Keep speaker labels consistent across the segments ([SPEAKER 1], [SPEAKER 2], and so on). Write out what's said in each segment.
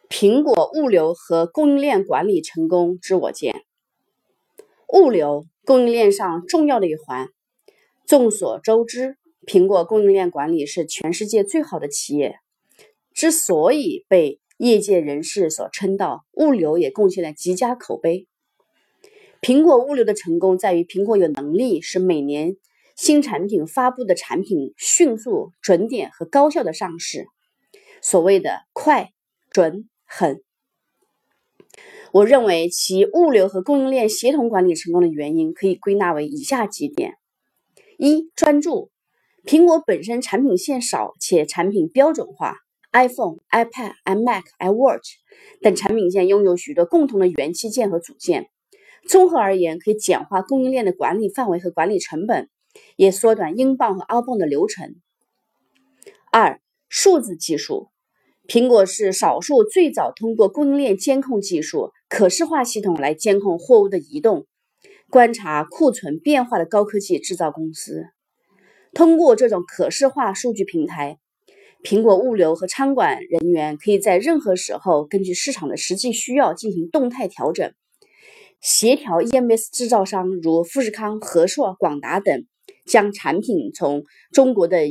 [SPEAKER 1] 苹果物流和供应链管理成功之我见。物流供应链上重要的一环。众所周知，苹果供应链管理是全世界最好的企业。之所以被业界人士所称道，物流也贡献了极佳口碑。苹果物流的成功在于苹果有能力使每年新产品发布的产品迅速、准点和高效的上市。所谓的快、准、狠。我认为其物流和供应链协同管理成功的原因可以归纳为以下几点：一、专注。苹果本身产品线少且产品标准化 ，iPhone、iPad、iMac、iWatch 等产品线拥有许多共同的元器件和组件。综合而言，可以简化供应链的管理范围和管理成本，也缩短英镑和澳镑的流程。二、数字技术。苹果是少数最早通过供应链监控技术可视化系统来监控货物的移动、观察库存变化的高科技制造公司。通过这种可视化数据平台，苹果物流和仓管人员可以在任何时候根据市场的实际需要进行动态调整，协调 EMS 制造商如富士康、和硕、广达等，将产品从中国的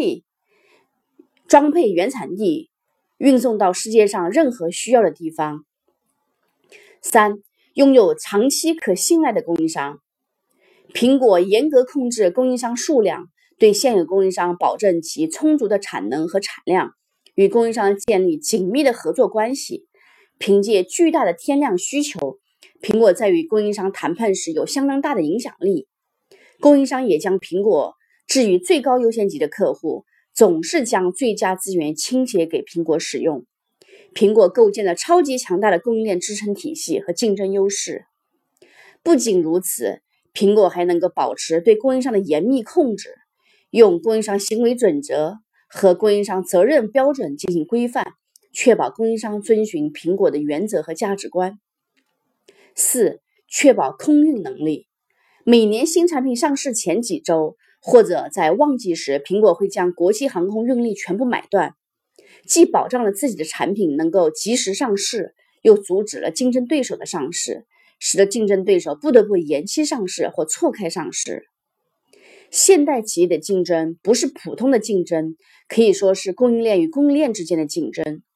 [SPEAKER 1] 装配原产地运送到世界上任何需要的地方。三、拥有长期可信赖的供应商。苹果严格控制供应商数量，对现有供应商保证其充足的产能和产量，与供应商建立紧密的合作关系。凭借巨大的天量需求，苹果在与供应商谈判时有相当大的影响力。供应商也将苹果置于最高优先级的客户，总是将最佳资源倾斜给苹果使用。苹果构建了超级强大的供应链支撑体系和竞争优势。不仅如此，苹果还能够保持对供应商的严密控制，用供应商行为准则和供应商责任标准进行规范，确保供应商遵循苹果的原则和价值观。四、确保空运能力。每年新产品上市前几周，或者在旺季时，苹果会将国际航空运力全部买断，既保障了自己的产品能够及时上市，又阻止了竞争对手的上市，使得竞争对手不得不延期上市或错开上市。现代企业的竞争不是普通的竞争，可以说是供应链与供应链之间的竞争。